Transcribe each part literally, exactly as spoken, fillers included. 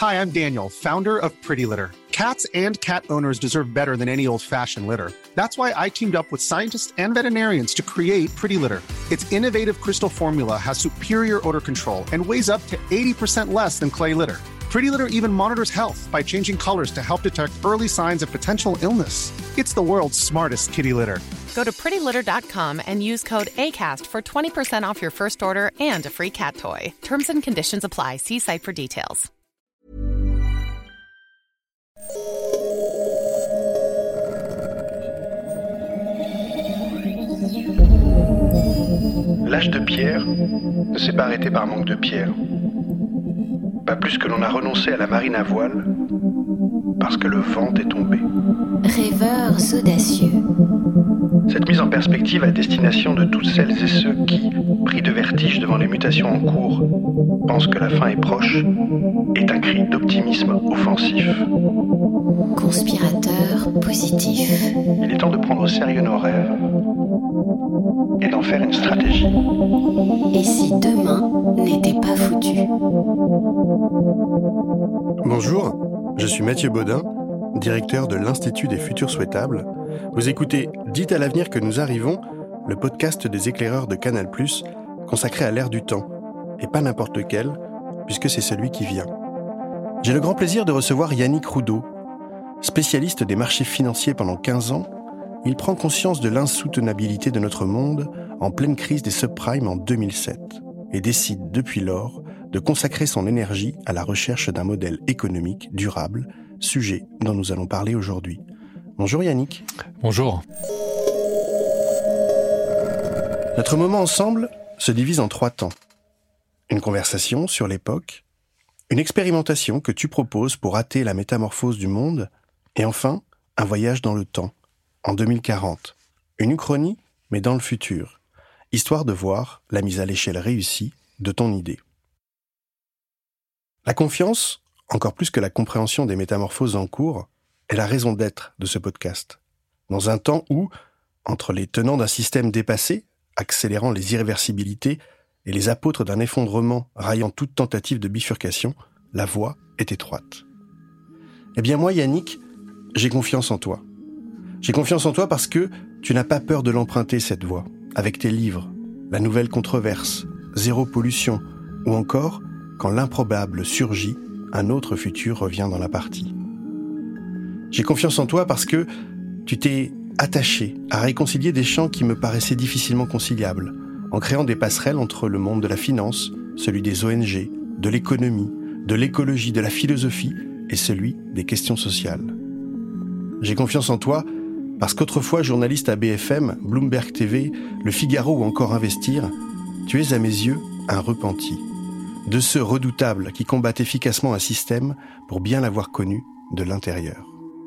Hi, I'm Daniel, founder of Pretty Litter. Cats and cat owners deserve better than any old-fashioned litter. That's why I teamed up with scientists and veterinarians to create Pretty Litter. Its innovative crystal formula has superior odor control and weighs up to eighty percent less than clay litter. Pretty Litter even monitors health by changing colors to help detect early signs of potential illness. It's the world's smartest kitty litter. Go to pretty litter dot com and use code ACAST for twenty percent off your first order and a free cat toy. Terms and conditions apply. See site for details. L'âge de pierre ne s'est pas arrêté par manque de pierre. Pas plus que l'on a renoncé à la marine à voile parce que le vent est tombé. Rêveurs audacieux. Cette mise en perspective à destination de toutes celles et ceux qui, pris de vertige devant les mutations en cours, pensent que la fin est proche, est un cri d'optimisme offensif. Conspirateur positif. Il est temps de prendre au sérieux nos rêves et d'en faire une stratégie. Et si demain n'était pas foutu? Bonjour, je suis Mathieu Baudin, directeur de l'Institut des Futurs Souhaitables. Vous écoutez Dites à l'avenir que nous arrivons, le podcast des éclaireurs de Canal plus, consacré à l'ère du temps, et pas n'importe lequel, puisque c'est celui qui vient. J'ai le grand plaisir de recevoir Yannick Roudeau. Spécialiste des marchés financiers pendant quinze ans, il prend conscience de l'insoutenabilité de notre monde en pleine crise des subprimes en deux mille sept et décide depuis lors de consacrer son énergie à la recherche d'un modèle économique durable, sujet dont nous allons parler aujourd'hui. Bonjour Yannick. Bonjour. Notre moment ensemble se divise en trois temps. Une conversation sur l'époque, une expérimentation que tu proposes pour hâter la métamorphose du monde, et enfin, un voyage dans le temps, en deux mille quarante. Une uchronie, mais dans le futur, histoire de voir la mise à l'échelle réussie de ton idée. La confiance, encore plus que la compréhension des métamorphoses en cours, est la raison d'être de ce podcast. Dans un temps où, entre les tenants d'un système dépassé, accélérant les irréversibilités, et les apôtres d'un effondrement raillant toute tentative de bifurcation, la voie est étroite. Eh bien moi, Yannick, j'ai confiance en toi. J'ai confiance en toi parce que tu n'as pas peur de l'emprunter, cette voie, avec tes livres, La Nouvelle Controverse, Zéro Pollution, ou encore, quand l'improbable surgit, un autre futur revient dans la partie. J'ai confiance en toi parce que tu t'es attaché à réconcilier des champs qui me paraissaient difficilement conciliables, en créant des passerelles entre le monde de la finance, celui des O N G, de l'économie, de l'écologie, de la philosophie et celui des questions sociales. J'ai confiance en toi parce qu'autrefois journaliste à B F M, Bloomberg T V, Le Figaro ou encore Investir, tu es à mes yeux un repenti. De ceux redoutables qui combattent efficacement un système pour bien l'avoir connu de l'intérieur.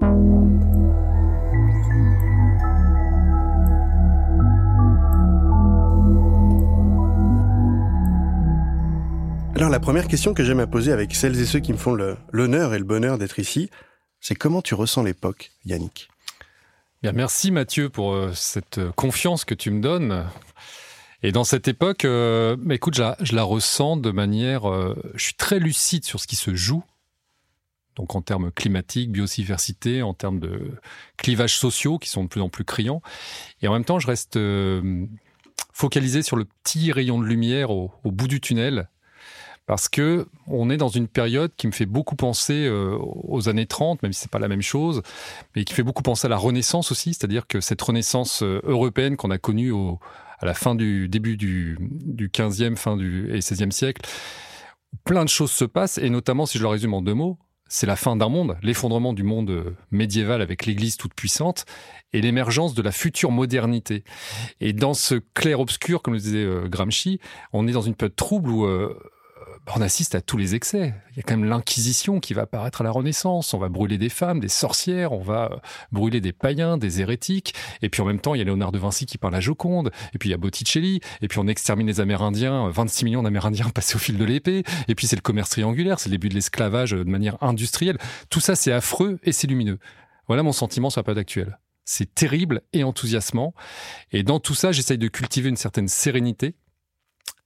Alors la première question que j'aime à poser avec celles et ceux qui me font le, l'honneur et le bonheur d'être ici, c'est comment tu ressens l'époque, Yannick ? Bien, merci Mathieu pour euh, cette confiance que tu me donnes. Et dans cette époque, euh, bah, écoute, je la, je la ressens de manière... Euh, je suis très lucide sur ce qui se joue, donc en termes climatiques, biodiversité, en termes de clivages sociaux qui sont de plus en plus criants. Et en même temps, je reste euh, focalisé sur le petit rayon de lumière au, au bout du tunnel, parce que on est dans une période qui me fait beaucoup penser euh, aux années trente, même si c'est pas la même chose, mais qui fait beaucoup penser à la Renaissance aussi, c'est-à-dire que cette Renaissance européenne qu'on a connue au, à la fin du début du, du quinzième, fin du et seizième siècle, plein de choses se passent, et notamment, si je le résume en deux mots, c'est la fin d'un monde, l'effondrement du monde médiéval avec l'Église toute puissante et l'émergence de la future modernité. Et dans ce clair-obscur, comme le disait euh, Gramsci, on est dans une période trouble où euh, on assiste à tous les excès. Il y a quand même l'Inquisition qui va apparaître à la Renaissance. On va brûler des femmes, des sorcières, on va brûler des païens, des hérétiques. Et puis en même temps, il y a Léonard de Vinci qui peint la Joconde. Et puis il y a Botticelli. Et puis on extermine les Amérindiens, vingt-six millions d'Amérindiens passés au fil de l'épée. Et puis c'est le commerce triangulaire, c'est le début de l'esclavage de manière industrielle. Tout ça, c'est affreux et c'est lumineux. Voilà mon sentiment sur la période actuelle. C'est terrible et enthousiasmant. Et dans tout ça, j'essaye de cultiver une certaine sérénité,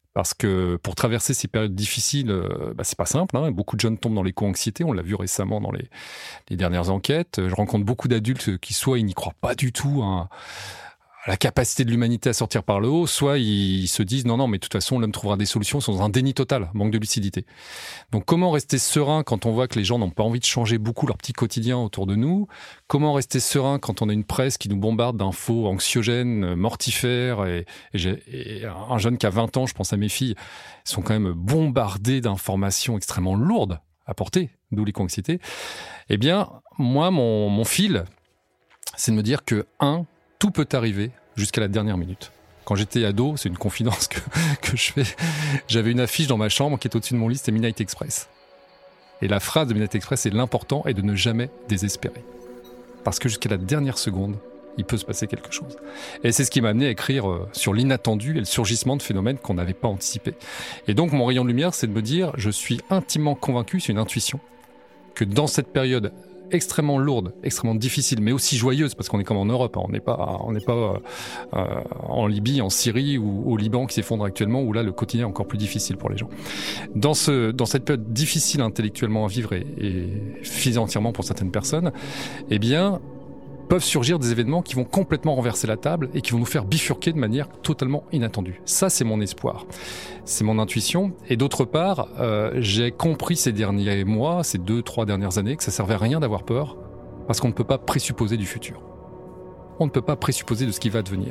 Parce que pour traverser ces périodes difficiles, euh, bah, c'est pas simple. Hein. Beaucoup de jeunes tombent dans l'éco-anxiété. On l'a vu récemment dans les, les dernières enquêtes. Je rencontre beaucoup d'adultes qui, soit ils n'y croient pas du tout hein, à la capacité de l'humanité à sortir par le haut, soit ils se disent non, non, mais de toute façon, l'homme trouvera des solutions. Ils sont dans un déni total, manque de lucidité. Donc, comment rester serein quand on voit que les gens n'ont pas envie de changer beaucoup leur petit quotidien autour de nous? Comment rester serein quand on a une presse qui nous bombarde d'infos anxiogènes, mortifères et, et, et un jeune qui a vingt ans, je pense à mes filles, sont quand même bombardés d'informations extrêmement lourdes à porter, d'où l'éco-anxiété. Eh bien, moi, mon, mon fil, c'est de me dire que, un, tout peut arriver jusqu'à la dernière minute. Quand j'étais ado, c'est une confidence que, que je fais, j'avais une affiche dans ma chambre qui est au-dessus de mon lit, c'était Midnight Express. Et la phrase de Midnight Express, c'est l'important est de ne jamais désespérer. Parce que jusqu'à la dernière seconde, il peut se passer quelque chose. Et c'est ce qui m'a amené à écrire euh, sur l'inattendu et le surgissement de phénomènes qu'on n'avait pas anticipés. Et donc mon rayon de lumière, c'est de me dire, je suis intimement convaincu, c'est une intuition, que dans cette période extrêmement lourde, extrêmement difficile, mais aussi joyeuse, parce qu'on est comme en Europe, hein, on n'est pas, on n'est pas euh, euh, en Libye, en Syrie ou au Liban qui s'effondre actuellement, où là le quotidien est encore plus difficile pour les gens. Dans, ce, dans cette période difficile intellectuellement à vivre et, et financièrement pour certaines personnes, eh bien, peuvent surgir des événements qui vont complètement renverser la table et qui vont nous faire bifurquer de manière totalement inattendue. Ça, c'est mon espoir. C'est mon intuition. Et d'autre part, euh, j'ai compris ces derniers mois, ces deux, trois dernières années, que ça servait à rien d'avoir peur parce qu'on ne peut pas présupposer du futur. On ne peut pas présupposer de ce qui va devenir.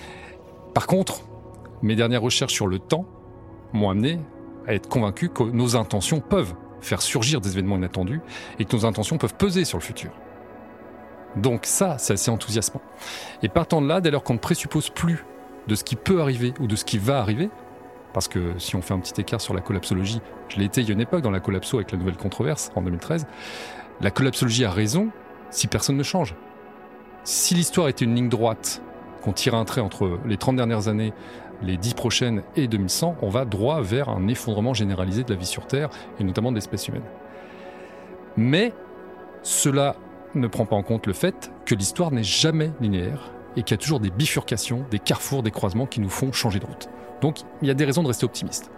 Par contre, mes dernières recherches sur le temps m'ont amené à être convaincu que nos intentions peuvent faire surgir des événements inattendus et que nos intentions peuvent peser sur le futur. Donc ça, c'est assez enthousiasmant. Et partant de là, dès lors qu'on ne présuppose plus de ce qui peut arriver ou de ce qui va arriver, parce que si on fait un petit écart sur la collapsologie, je l'ai été il y a une époque dans la collapso avec la nouvelle controverse en deux mille treize, la collapsologie a raison si personne ne change. Si l'histoire était une ligne droite, qu'on tire un trait entre les trente dernières années, les dix prochaines et deux mille cent, on va droit vers un effondrement généralisé de la vie sur Terre et notamment de l'espèce humaine. Mais cela ne prend pas en compte le fait que l'histoire n'est jamais linéaire et qu'il y a toujours des bifurcations, des carrefours, des croisements qui nous font changer de route. Donc, il y a des raisons de rester optimiste.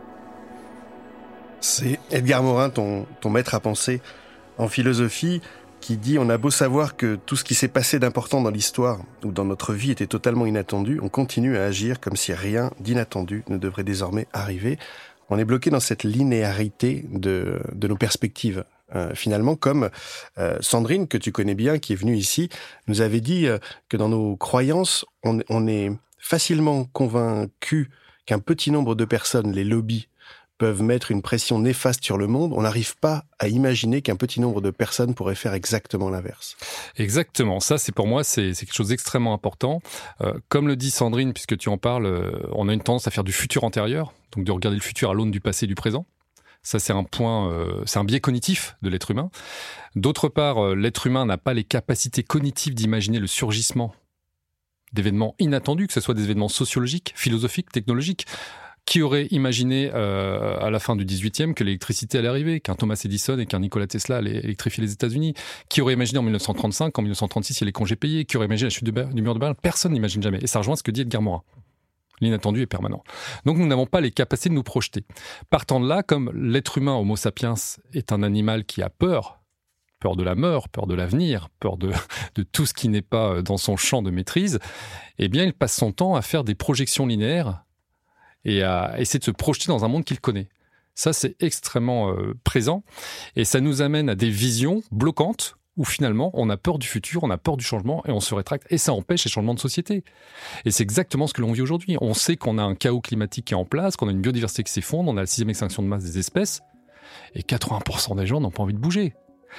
C'est Edgar Morin, ton, ton maître à penser en philosophie, qui dit « On a beau savoir que tout ce qui s'est passé d'important dans l'histoire ou dans notre vie était totalement inattendu, on continue à agir comme si rien d'inattendu ne devrait désormais arriver. » On est bloqué dans cette linéarité de, de nos perspectives. Euh, finalement, comme euh, Sandrine, que tu connais bien, qui est venue ici, nous avait dit euh, que dans nos croyances, on, on est facilement convaincu qu'un petit nombre de personnes, les lobbies, peuvent mettre une pression néfaste sur le monde. On n'arrive pas à imaginer qu'un petit nombre de personnes pourrait faire exactement l'inverse. Exactement. Ça, c'est pour moi, c'est, c'est quelque chose d'extrêmement important. Euh, comme le dit Sandrine, puisque tu en parles, euh, on a une tendance à faire du futur antérieur, donc de regarder le futur à l'aune du passé et du présent. Ça, c'est un point, euh, c'est un biais cognitif de l'être humain. D'autre part, euh, l'être humain n'a pas les capacités cognitives d'imaginer le surgissement d'événements inattendus, que ce soit des événements sociologiques, philosophiques, technologiques. Qui aurait imaginé euh, à la fin du dix-huitième que l'électricité allait arriver, qu'un Thomas Edison et qu'un Nikola Tesla allaient électrifier les États-Unis? Qui aurait imaginé en mille neuf cent trente-cinq qu'en mille neuf cent trente-six il y a les congés payés? Qui aurait imaginé la chute du, du mur de Berlin? Personne n'imagine jamais. Et ça rejoint ce que dit Edgar Morin. L'inattendu est permanent. Donc nous n'avons pas les capacités de nous projeter. Partant de là, comme l'être humain, Homo sapiens, est un animal qui a peur, peur de la mort, peur de l'avenir, peur de, de tout ce qui n'est pas dans son champ de maîtrise, eh bien il passe son temps à faire des projections linéaires et à essayer de se projeter dans un monde qu'il connaît. Ça, c'est extrêmement euh, présent et ça nous amène à des visions bloquantes où finalement, on a peur du futur, on a peur du changement et on se rétracte. Et ça empêche les changements de société. Et c'est exactement ce que l'on vit aujourd'hui. On sait qu'on a un chaos climatique qui est en place, qu'on a une biodiversité qui s'effondre, on a la sixième extinction de masse des espèces et quatre-vingts pour cent des gens n'ont pas envie de bouger.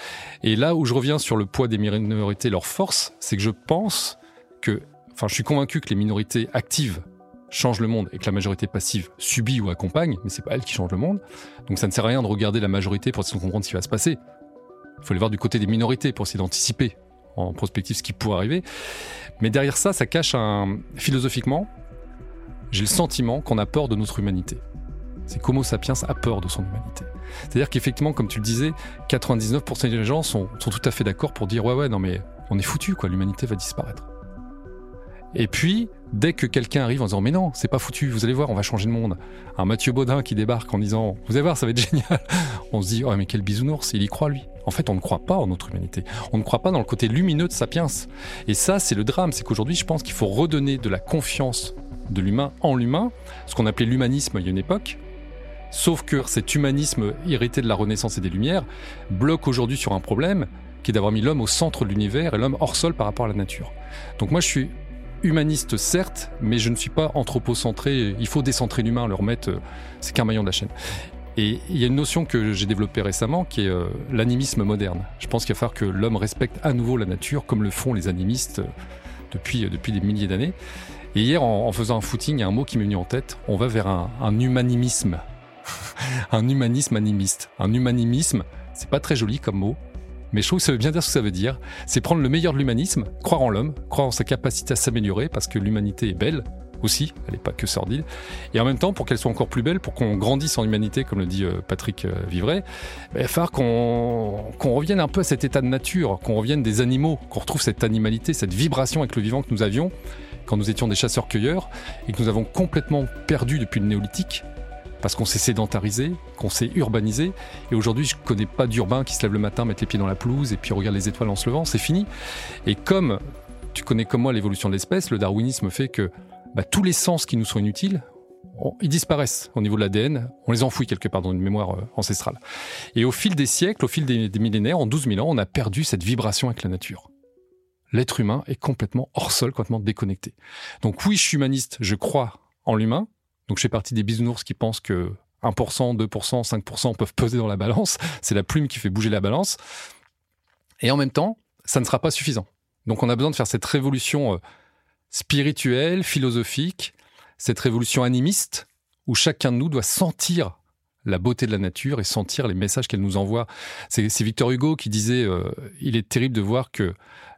Et là où je reviens sur le poids des minorités et leur force, c'est que je pense que, enfin, je suis convaincu que les minorités actives change le monde et que la majorité passive subit ou accompagne, mais c'est pas elle qui change le monde. Donc ça ne sert à rien de regarder la majorité pour essayer de comprendre ce qui va se passer. Il faut aller voir du côté des minorités pour essayer d'anticiper en prospective ce qui pourrait arriver. Mais derrière ça, ça cache un... Philosophiquement, j'ai le sentiment qu'on a peur de notre humanité. C'est qu'Homo sapiens a peur de son humanité. C'est-à-dire qu'effectivement, comme tu le disais, quatre-vingt-dix-neuf pour cent des gens sont, sont tout à fait d'accord pour dire « Ouais, ouais, non mais on est foutu, quoi, l'humanité va disparaître ». Et puis, Dès que quelqu'un arrive en disant « Mais non, c'est pas foutu, vous allez voir, on va changer le monde ». Un Mathieu Baudin qui débarque en disant « Vous allez voir, ça va être génial ». On se dit « Oh mais quel bisounours », il y croit lui. En fait, on ne croit pas en notre humanité. On ne croit pas dans le côté lumineux de Sapiens. Et ça, c'est le drame. C'est qu'aujourd'hui, je pense qu'il faut redonner de la confiance de l'humain en l'humain, ce qu'on appelait l'humanisme il y a une époque. Sauf que cet humanisme hérité de la Renaissance et des Lumières bloque aujourd'hui sur un problème qui est d'avoir mis l'homme au centre de l'univers et l'homme hors sol par rapport à la nature. Donc moi, je suis humaniste, certes, mais je ne suis pas anthropocentré. Il faut décentrer l'humain, le remettre, c'est qu'un maillon de la chaîne. Et il y a une notion que j'ai développée récemment qui est euh, l'animisme moderne. Je pense qu'il va falloir que l'homme respecte à nouveau la nature comme le font les animistes depuis, euh, depuis des milliers d'années. Et hier, en, en faisant un footing, il y a un mot qui m'est venu en tête. On va vers un, un humanimisme. un humanisme animiste. Un humanimisme, c'est pas très joli comme mot, mais je trouve que ça veut bien dire ce que ça veut dire. C'est prendre le meilleur de l'humanisme, croire en l'homme, croire en sa capacité à s'améliorer, parce que l'humanité est belle aussi, elle n'est pas que sordide. Et en même temps, pour qu'elle soit encore plus belle, pour qu'on grandisse en humanité, comme le dit euh, Patrick euh, Vivray, il va falloir qu'on, qu'on revienne un peu à cet état de nature, qu'on revienne des animaux, qu'on retrouve cette animalité, cette vibration avec le vivant que nous avions quand nous étions des chasseurs-cueilleurs et que nous avons complètement perdu depuis le néolithique, parce qu'on s'est sédentarisé, qu'on s'est urbanisé. Et aujourd'hui, je ne connais pas d'urbain qui se lève le matin, mettre les pieds dans la pelouse et puis regarde les étoiles en se levant, c'est fini. Et comme tu connais comme moi l'évolution de l'espèce, le darwinisme fait que bah, tous les sens qui nous sont inutiles, on, ils disparaissent au niveau de l'A D N, on les enfouit quelque part dans une mémoire euh, ancestrale. Et au fil des siècles, au fil des, des millénaires, en douze mille ans, on a perdu cette vibration avec la nature. L'être humain est complètement hors sol, complètement déconnecté. Donc oui, je suis humaniste, je crois en l'humain. Donc je fais partie des bisounours qui pensent que un pour cent, deux pour cent, cinq pour cent peuvent peser dans la balance. C'est la plume qui fait bouger la balance. Et en même temps, ça ne sera pas suffisant. Donc on a besoin de faire cette révolution euh, spirituelle, philosophique, cette révolution animiste, où chacun de nous doit sentir la beauté de la nature et sentir les messages qu'elle nous envoie. C'est, c'est Victor Hugo qui disait euh, « Il est terrible de voir que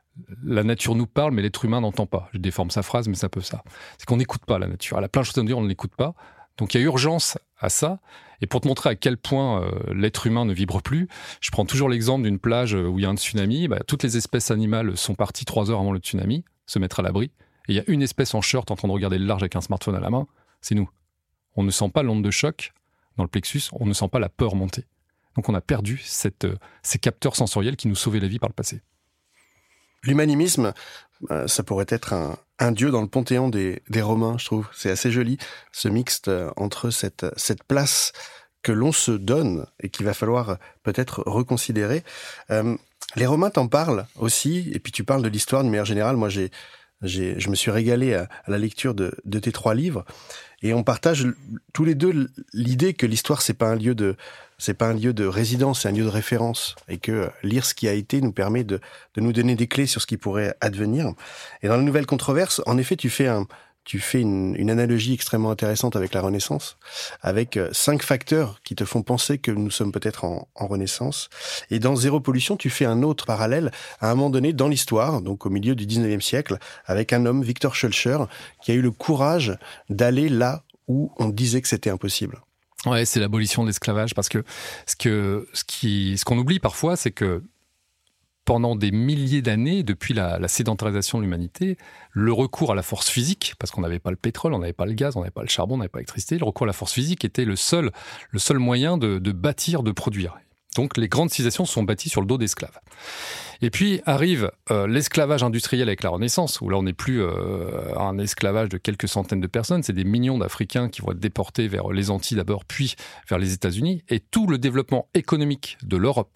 la nature nous parle, mais l'être humain n'entend pas. » Je déforme sa phrase, mais c'est un peu ça. C'est qu'on n'écoute pas la nature. Elle a plein de choses à nous dire, on ne l'écoute pas. Donc il y a urgence à ça. Et pour te montrer à quel point euh, l'être humain ne vibre plus, je prends toujours l'exemple d'une plage où il y a un tsunami. Bah, toutes les espèces animales sont parties trois heures avant le tsunami, se mettre à l'abri. Et il y a une espèce en short en train de regarder le large avec un smartphone à la main, c'est nous. On ne sent pas l'onde de choc dans le plexus, on ne sent pas la peur monter. Donc on a perdu cette, euh, ces capteurs sensoriels qui nous sauvaient la vie par le passé. L'humanimisme, euh, ça pourrait être un, un dieu dans le panthéon des, des Romains, je trouve. C'est assez joli, ce mixte euh, entre cette, cette place que l'on se donne et qu'il va falloir peut-être reconsidérer. Euh, les Romains t'en parlent aussi, et puis tu parles de l'histoire d'une manière générale. Moi, j'ai, j'ai, je me suis régalé à, à la lecture de, de tes trois livres, et on partage tous les deux l'idée que l'histoire, c'est pas un lieu de c'est pas un lieu de résidence, c'est un lieu de référence, et que lire ce qui a été nous permet de, de nous donner des clés sur ce qui pourrait advenir. Et dans la nouvelle controverse, en effet, tu fais un, tu fais une, une analogie extrêmement intéressante avec la Renaissance, avec cinq facteurs qui te font penser que nous sommes peut-être en, en Renaissance. Et dans Zéro Pollution, tu fais un autre parallèle à un moment donné dans l'histoire, donc au milieu du dix-neuvième siècle, avec un homme, Victor Schœlcher, qui a eu le courage d'aller là où on disait que c'était impossible. Ouais, c'est l'abolition de l'esclavage, parce que ce que ce qui ce qu'on oublie parfois, c'est que pendant des milliers d'années, depuis la, la sédentarisation de l'humanité, le recours à la force physique, parce qu'on n'avait pas le pétrole, on n'avait pas le gaz, on n'avait pas le charbon, on n'avait pas l'électricité, le recours à la force physique était le seul le seul moyen de, de bâtir, de produire. Donc les grandes civilisations sont bâties sur le dos d'esclaves. Et puis arrive euh, l'esclavage industriel avec la Renaissance, où là on n'est plus euh, un esclavage de quelques centaines de personnes, c'est des millions d'Africains qui vont être déportés vers les Antilles d'abord, puis vers les États-Unis. Et tout le développement économique de l'Europe,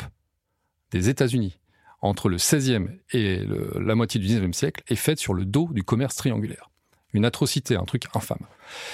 des États-Unis, entre le seizième et le, la moitié du dix-neuvième siècle, est fait sur le dos du commerce triangulaire. Une atrocité, un truc infâme.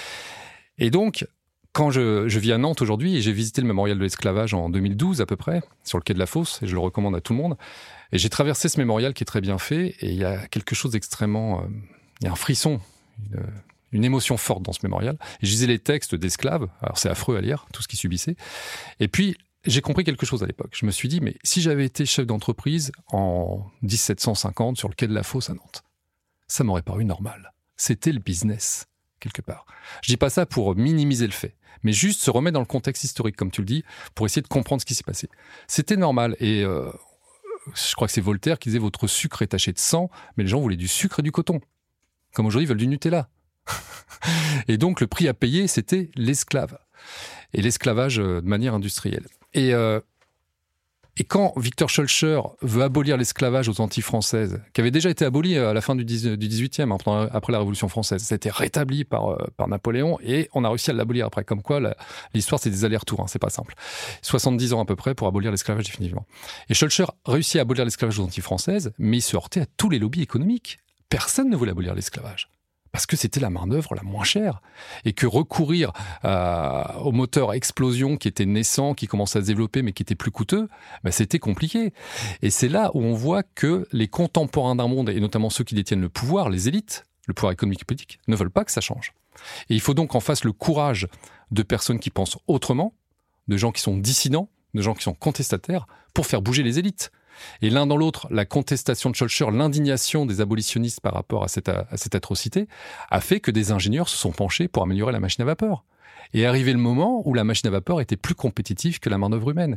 Et donc, quand je, je vis à Nantes aujourd'hui, et j'ai visité le mémorial de l'esclavage en deux mille douze à peu près, sur le quai de la Fosse, et je le recommande à tout le monde, et j'ai traversé ce mémorial qui est très bien fait, et il y a quelque chose d'extrêmement... Euh, il y a un frisson, une, une émotion forte dans ce mémorial. Et je lisais les textes d'esclaves, alors c'est affreux à lire, tout ce qu'ils subissaient. Et puis, j'ai compris quelque chose à l'époque. Je me suis dit, mais si j'avais été chef d'entreprise en dix-sept cent cinquante sur le quai de la Fosse à Nantes, ça m'aurait paru normal. C'était le business, quelque part. Je dis pas ça pour minimiser le fait, mais juste se remettre dans le contexte historique, comme tu le dis, pour essayer de comprendre ce qui s'est passé. C'était normal, et euh, je crois que c'est Voltaire qui disait « Votre sucre est taché de sang », mais les gens voulaient du sucre et du coton. comme aujourd'hui ils veulent du Nutella. Et donc le prix à payer, c'était l'esclave. Et l'esclavage de manière industrielle. Et, euh, et quand Victor Schœlcher veut abolir l'esclavage aux Antilles françaises, qui avait déjà été aboli à la fin du dix-huitième, hein, après la Révolution française, ça a été rétabli par, par Napoléon et on a réussi à l'abolir après. Comme quoi, la, l'histoire, c'est des allers-retours, hein, c'est pas simple. soixante-dix ans à peu près pour abolir l'esclavage définitivement. Et Schœlcher réussit à abolir l'esclavage aux Antilles françaises, mais il se heurtait à tous les lobbies économiques. Personne ne voulait abolir l'esclavage. Parce que c'était la main-d'œuvre la moins chère. Et que recourir euh, au moteur à explosion qui était naissant, qui commençait à se développer, mais qui était plus coûteux, bah, c'était compliqué. Et c'est là où on voit que les contemporains d'un monde, et notamment ceux qui détiennent le pouvoir, les élites, le pouvoir économique et politique, ne veulent pas que ça change. Et il faut donc en face le courage de personnes qui pensent autrement, de gens qui sont dissidents, de gens qui sont contestataires, pour faire bouger les élites. Et l'un dans l'autre, la contestation de Schœlcher, l'indignation des abolitionnistes par rapport à cette, à cette atrocité, a fait que des ingénieurs se sont penchés pour améliorer la machine à vapeur. Et est arrivé le moment où la machine à vapeur était plus compétitive que la main-d'œuvre humaine.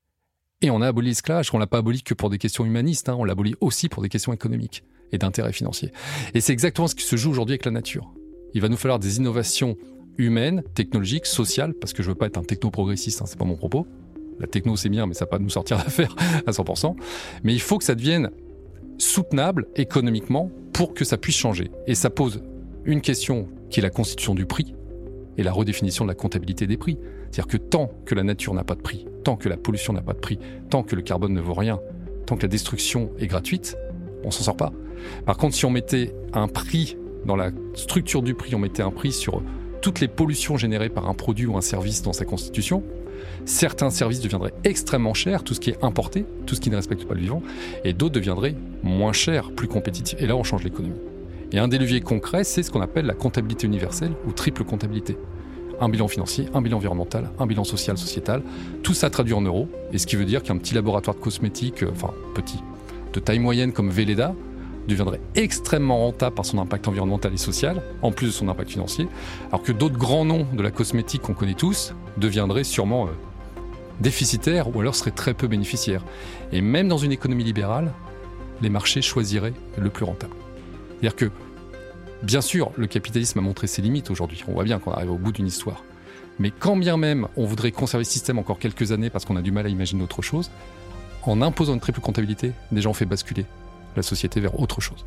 Et on a aboli l'esclavage, on l'a pas aboli que pour des questions humanistes, hein, on l'a aboli aussi pour des questions économiques et d'intérêt financier. Et c'est exactement ce qui se joue aujourd'hui avec la nature. Il va nous falloir des innovations humaines, technologiques, sociales, parce que je veux pas être un techno-progressiste, hein, c'est pas mon propos. La techno, c'est bien, mais ça va pas nous sortir d'affaire à cent pour cent. Mais il faut que ça devienne soutenable économiquement pour que ça puisse changer. Et ça pose une question qui est la constitution du prix et la redéfinition de la comptabilité des prix. C'est-à-dire que tant que la nature n'a pas de prix, tant que la pollution n'a pas de prix, tant que le carbone ne vaut rien, tant que la destruction est gratuite, on s'en sort pas. Par contre, si on mettait un prix dans la structure du prix, on mettait un prix sur toutes les pollutions générées par un produit ou un service dans sa constitution, certains services deviendraient extrêmement chers, tout ce qui est importé, tout ce qui ne respecte pas le vivant, et d'autres deviendraient moins chers, plus compétitifs. Et là, on change l'économie. Et un des leviers concrets, c'est ce qu'on appelle la comptabilité universelle ou triple comptabilité. Un bilan financier, un bilan environnemental, un bilan social, sociétal, tout ça traduit en euros, et ce qui veut dire qu'un petit laboratoire de cosmétiques, enfin petit, de taille moyenne comme Velleda, deviendrait extrêmement rentable par son impact environnemental et social, en plus de son impact financier, alors que d'autres grands noms de la cosmétique qu'on connaît tous deviendraient sûrement euh, déficitaires ou alors seraient très peu bénéficiaires. Et même dans une économie libérale, les marchés choisiraient le plus rentable. C'est-à-dire que, bien sûr, le capitalisme a montré ses limites aujourd'hui. On voit bien qu'on arrive au bout d'une histoire. Mais quand bien même on voudrait conserver ce système encore quelques années parce qu'on a du mal à imaginer autre chose, en imposant une triple comptabilité, déjà on fait basculer la société vers autre chose.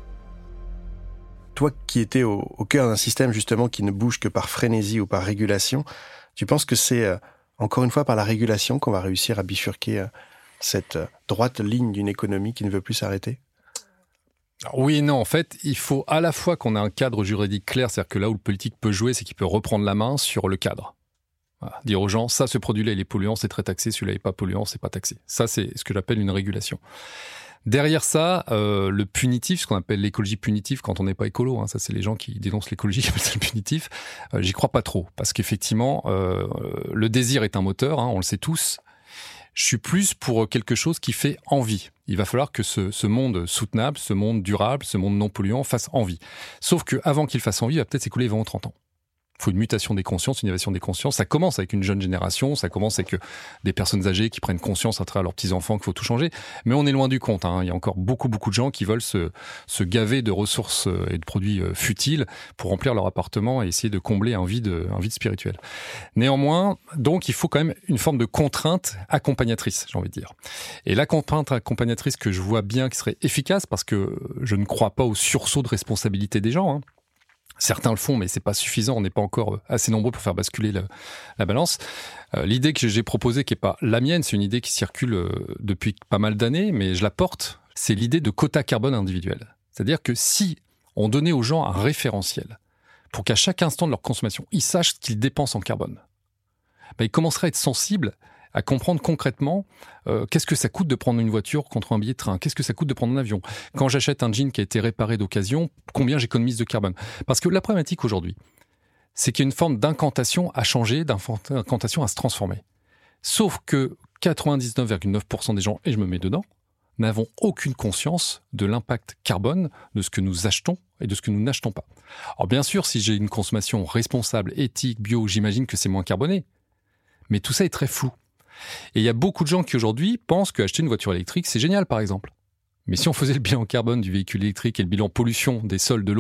Toi qui étais au, au cœur d'un système justement qui ne bouge que par frénésie ou par régulation, tu penses que c'est euh, encore une fois par la régulation qu'on va réussir à bifurquer euh, cette euh, droite ligne d'une économie qui ne veut plus s'arrêter ? Alors oui et non, en fait, il faut à la fois qu'on ait un cadre juridique clair, c'est-à-dire que là où le politique peut jouer, c'est qu'il peut reprendre la main sur le cadre. Voilà. Dire aux gens, ça, ce produit-là, il est polluant, c'est très taxé, celui-là n'est pas polluant, c'est pas taxé. Ça, c'est ce que j'appelle une régulation. Derrière ça, euh, le punitif, ce qu'on appelle l'écologie punitive quand on n'est pas écolo, hein, ça c'est les gens qui dénoncent l'écologie qui appellent ça le punitif, euh, j'y crois pas trop, parce qu'effectivement, euh, le désir est un moteur, hein, on le sait tous. Je suis plus pour quelque chose qui fait envie. Il va falloir que ce, ce monde soutenable, ce monde durable, ce monde non polluant fasse envie. Sauf qu'avant qu'il fasse envie, il va peut-être s'écouler vingt ou trente ans. Il faut une mutation des consciences, une innovation des consciences. Ça commence avec une jeune génération, ça commence avec des personnes âgées qui prennent conscience à travers leurs petits-enfants qu'il faut tout changer. Mais on est loin du compte, hein. Il y a encore beaucoup, beaucoup de gens qui veulent se, se gaver de ressources et de produits futiles pour remplir leur appartement et essayer de combler un vide, un vide spirituel. Néanmoins, donc, il faut quand même une forme de contrainte accompagnatrice, j'ai envie de dire. Et la contrainte accompagnatrice que je vois bien qui serait efficace, parce que je ne crois pas au sursaut de responsabilité des gens, hein. Certains le font, mais c'est pas suffisant. On n'est pas encore assez nombreux pour faire basculer le, la balance. Euh, l'idée que j'ai proposée, qui est pas la mienne, c'est une idée qui circule euh, depuis pas mal d'années, mais je la porte. C'est l'idée de quota carbone individuel. C'est-à-dire que si on donnait aux gens un référentiel pour qu'à chaque instant de leur consommation, ils sachent ce qu'ils dépensent en carbone, ben, ils commenceraient à être sensibles à comprendre concrètement euh, qu'est-ce que ça coûte de prendre une voiture contre un billet de train, qu'est-ce que ça coûte de prendre un avion. Quand j'achète un jean qui a été réparé d'occasion, combien j'économise de carbone. Parce que la problématique aujourd'hui, c'est qu'il y a une forme d'incantation à changer, d'incantation à se transformer. Sauf que quatre-vingt-dix-neuf virgule neuf pour cent des gens, et je me mets dedans, n'avons aucune conscience de l'impact carbone de ce que nous achetons et de ce que nous n'achetons pas. Alors bien sûr, si j'ai une consommation responsable, éthique, bio, j'imagine que c'est moins carboné. Mais tout ça est très flou. Et il y a beaucoup de gens qui aujourd'hui pensent qu'acheter une voiture électrique, c'est génial par exemple. Mais si on faisait le bilan carbone du véhicule électrique et le bilan pollution des sols, de l'eau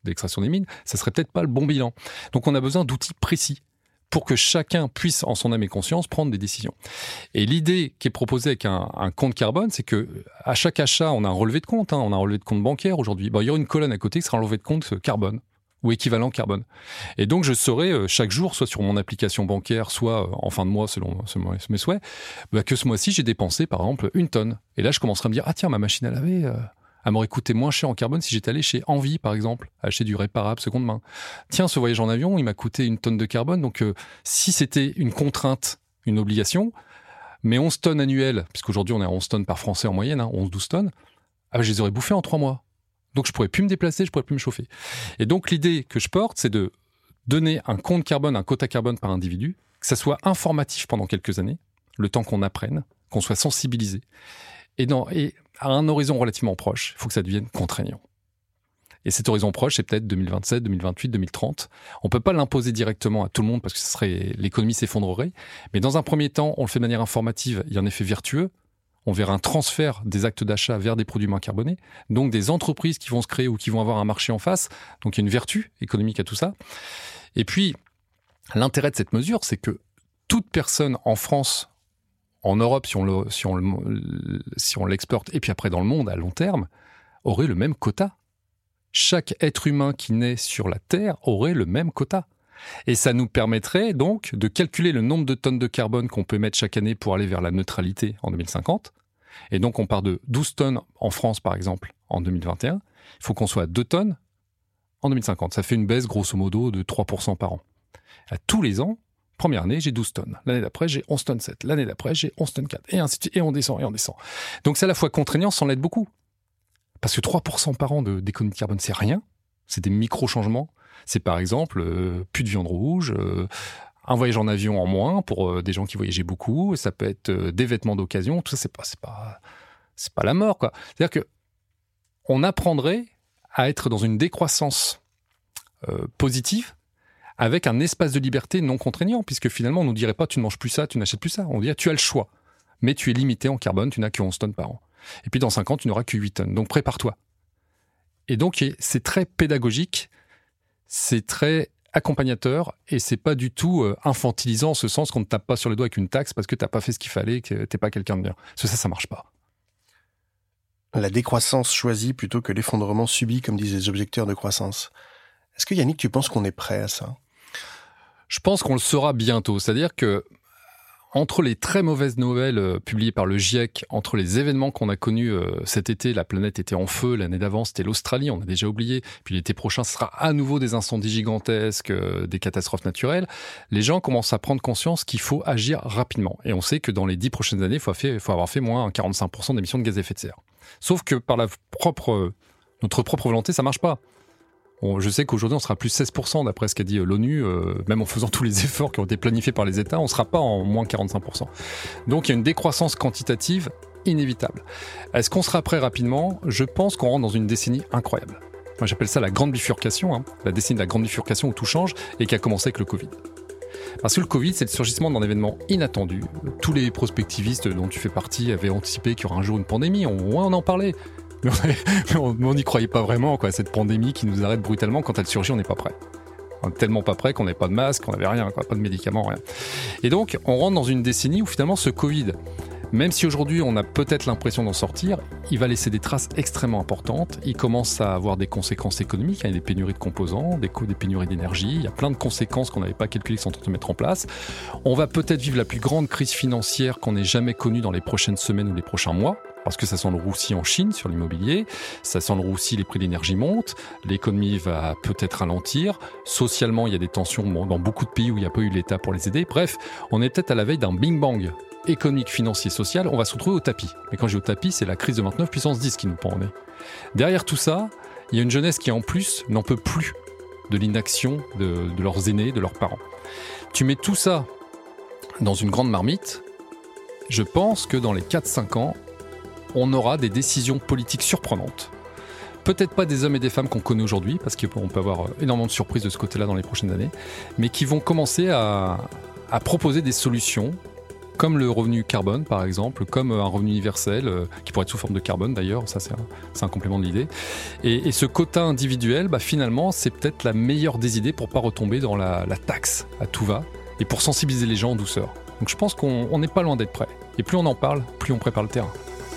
d'extraction des mines, ça serait peut-être pas le bon bilan. Donc on a besoin d'outils précis pour que chacun puisse, en son âme et conscience, prendre des décisions. Et l'idée qui est proposée avec un, un compte carbone, c'est que à chaque achat, on a un relevé de compte, hein, on a un relevé de compte bancaire aujourd'hui. Bon, il y aura une colonne à côté qui sera un relevé de compte carbone ou équivalent carbone. Et donc, je saurai euh, chaque jour, soit sur mon application bancaire, soit euh, en fin de mois, selon, selon mes souhaits, bah, que ce mois-ci, j'ai dépensé, par exemple, une tonne. Et là, je commencerai à me dire, ah tiens, ma machine à laver... Euh, elle m'aurait coûté moins cher en carbone si j'étais allé chez Envie, par exemple, acheter du réparable seconde main. Tiens, ce voyage en avion, il m'a coûté une tonne de carbone. Donc, euh, si c'était une contrainte, une obligation, mais onze tonnes annuelles, puisqu'aujourd'hui on est à onze tonnes par Français en moyenne, hein, onze douze tonnes, ah, je les aurais bouffées en trois mois. Donc, je pourrais plus me déplacer, je pourrais plus me chauffer. Et donc, l'idée que je porte, c'est de donner un compte carbone, un quota carbone par individu, que ça soit informatif pendant quelques années, le temps qu'on apprenne, qu'on soit sensibilisé. Et, dans, et à un horizon relativement proche, il faut que ça devienne contraignant. Et cet horizon proche, c'est peut-être deux mille vingt-sept, deux mille vingt-huit, deux mille trente. On ne peut pas l'imposer directement à tout le monde parce que ce serait, l'économie s'effondrerait. Mais dans un premier temps, on le fait de manière informative. Il y a un effet vertueux. On verra un transfert des actes d'achat vers des produits moins carbonés. Donc des entreprises qui vont se créer ou qui vont avoir un marché en face. Donc il y a une vertu économique à tout ça. Et puis, l'intérêt de cette mesure, c'est que toute personne en France, en Europe, si on, le, si, on le, si on l'exporte, et puis après dans le monde à long terme, aurait le même quota. Chaque être humain qui naît sur la Terre aurait le même quota. Et ça nous permettrait donc de calculer le nombre de tonnes de carbone qu'on peut mettre chaque année pour aller vers la neutralité en deux mille cinquante. Et donc on part de douze tonnes en France par exemple en deux mille vingt et un. Il faut qu'on soit à deux tonnes en deux mille cinquante. Ça fait une baisse grosso modo de trois pour cent par an. À tous les ans, première année, j'ai douze tonnes. L'année d'après, j'ai onze tonnes sept. L'année d'après, j'ai onze tonnes quatre. Et ainsi de suite. Et on descend, et on descend. Donc c'est à la fois contraignant sans l'être beaucoup. Parce que trois pour cent par an de, d'économie de carbone, c'est rien. C'est des micro-changements. C'est par exemple, euh, plus de viande rouge, euh, un voyage en avion en moins pour euh, des gens qui voyageaient beaucoup. Ça peut être euh, des vêtements d'occasion. Tout ça, c'est pas, c'est pas, c'est pas la mort, quoi. C'est-à-dire que on apprendrait à être dans une décroissance euh, positive avec un espace de liberté non contraignant, puisque finalement, on ne nous dirait pas tu ne manges plus ça, tu n'achètes plus ça. On dirait tu as le choix, mais tu es limité en carbone, tu n'as que onze tonnes par an. Et puis dans cinq ans, tu n'auras que huit tonnes. Donc prépare-toi. Et donc, c'est très pédagogique, c'est très accompagnateur, et c'est pas du tout infantilisant en ce sens qu'on ne tape pas sur les doigts avec une taxe parce que tu n'as pas fait ce qu'il fallait, que tu n'es pas quelqu'un de bien. Parce que ça, ça marche pas. La décroissance choisie plutôt que l'effondrement subi, comme disent les objecteurs de croissance. Est-ce que Yannick, tu penses qu'on est prêt à ça ? Je pense qu'on le saura bientôt. C'est-à-dire que entre les très mauvaises nouvelles euh, publiées par le GIEC, entre les événements qu'on a connus euh, cet été, la planète était en feu, l'année d'avant c'était l'Australie, on a déjà oublié, puis l'été prochain ce sera à nouveau des incendies gigantesques, euh, des catastrophes naturelles, les gens commencent à prendre conscience qu'il faut agir rapidement. Et on sait que dans les dix prochaines années, il faut, faut avoir fait moins quarante-cinq pour cent d'émissions de gaz à effet de serre. Sauf que par la propre, euh, notre propre volonté, ça marche pas. Bon, je sais qu'aujourd'hui, on sera plus seize pour cent d'après ce qu'a dit l'ONU, euh, même en faisant tous les efforts qui ont été planifiés par les États, on ne sera pas en moins quarante-cinq pour cent. Donc il y a une décroissance quantitative inévitable. Est-ce qu'on sera prêt rapidement ? Je pense qu'on rentre dans une décennie incroyable. Moi, j'appelle ça la grande bifurcation, hein, la décennie de la grande bifurcation où tout change et qui a commencé avec le Covid. Parce que le Covid, c'est le surgissement d'un événement inattendu. Tous les prospectivistes dont tu fais partie avaient anticipé qu'il y aurait un jour une pandémie, on, ouais, on en parlait. Mais on n'y croyait pas vraiment, quoi. Cette pandémie qui nous arrête brutalement, quand elle surgit, on n'est pas prêt. On est tellement pas prêt qu'on n'avait pas de masque, on n'avait rien, quoi, pas de médicaments, rien. Et donc, on rentre dans une décennie où finalement ce Covid, même si aujourd'hui on a peut-être l'impression d'en sortir, il va laisser des traces extrêmement importantes. Il commence à avoir des conséquences économiques, il y a des pénuries de composants, des, co- des pénuries d'énergie, il y a plein de conséquences qu'on n'avait pas calculées qui sont en train de mettre en place. On va peut-être vivre la plus grande crise financière qu'on ait jamais connue dans les prochaines semaines ou les prochains mois. Parce que ça sent le roussi en Chine sur l'immobilier, ça sent le roussi, les prix de l'énergie montent, l'économie va peut-être ralentir, socialement il y a des tensions dans beaucoup de pays où il n'y a pas eu l'État pour les aider. Bref, on est peut-être à la veille d'un bing bang économique, financier, social, on va se retrouver au tapis. Mais quand je dis au tapis, c'est la crise de vingt-neuf puissance dix qui nous pend au nez. Derrière tout ça, il y a une jeunesse qui en plus n'en peut plus de l'inaction de, de leurs aînés, de leurs parents. Tu mets tout ça dans une grande marmite, je pense que dans les quatre à cinq ans, on aura des décisions politiques surprenantes. Peut-être pas des hommes et des femmes qu'on connaît aujourd'hui, parce qu'on peut avoir énormément de surprises de ce côté-là dans les prochaines années, mais qui vont commencer à, à proposer des solutions comme le revenu carbone par exemple, comme un revenu universel, euh, qui pourrait être sous forme de carbone d'ailleurs, ça c'est un, c'est un complément de l'idée. Et, et ce quota individuel, bah, finalement, c'est peut-être la meilleure des idées pour pas retomber dans la, la taxe à tout va, et pour sensibiliser les gens en douceur. Donc je pense qu'on n'est pas loin d'être prêt. Et plus on en parle, plus on prépare le terrain.